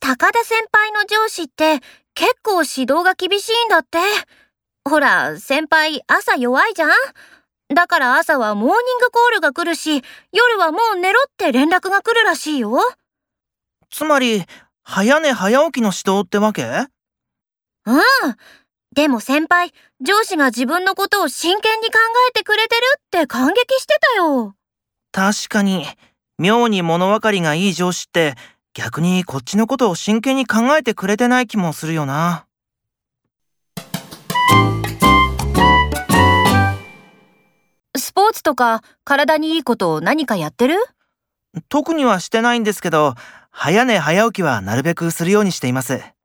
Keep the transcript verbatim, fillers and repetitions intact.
高田先輩の上司って結構指導が厳しいんだって。ほら、先輩朝弱いじゃん。だから朝はモーニングコールが来るし、夜はもう寝ろって連絡が来るらしいよ。 つまり、早寝早起きの指導ってわけ？ うん。でも先輩、上司が自分のことを真剣に考えてくれてるって感激してたよ。 確かに、妙に物分かりがいい上司って逆にこっちのことを真剣に考えてくれてない気もするよな。 スポーツとか体にいいこと何かやってる？ 特にはしてないんですけど、早寝早起きはなるべくするようにしています。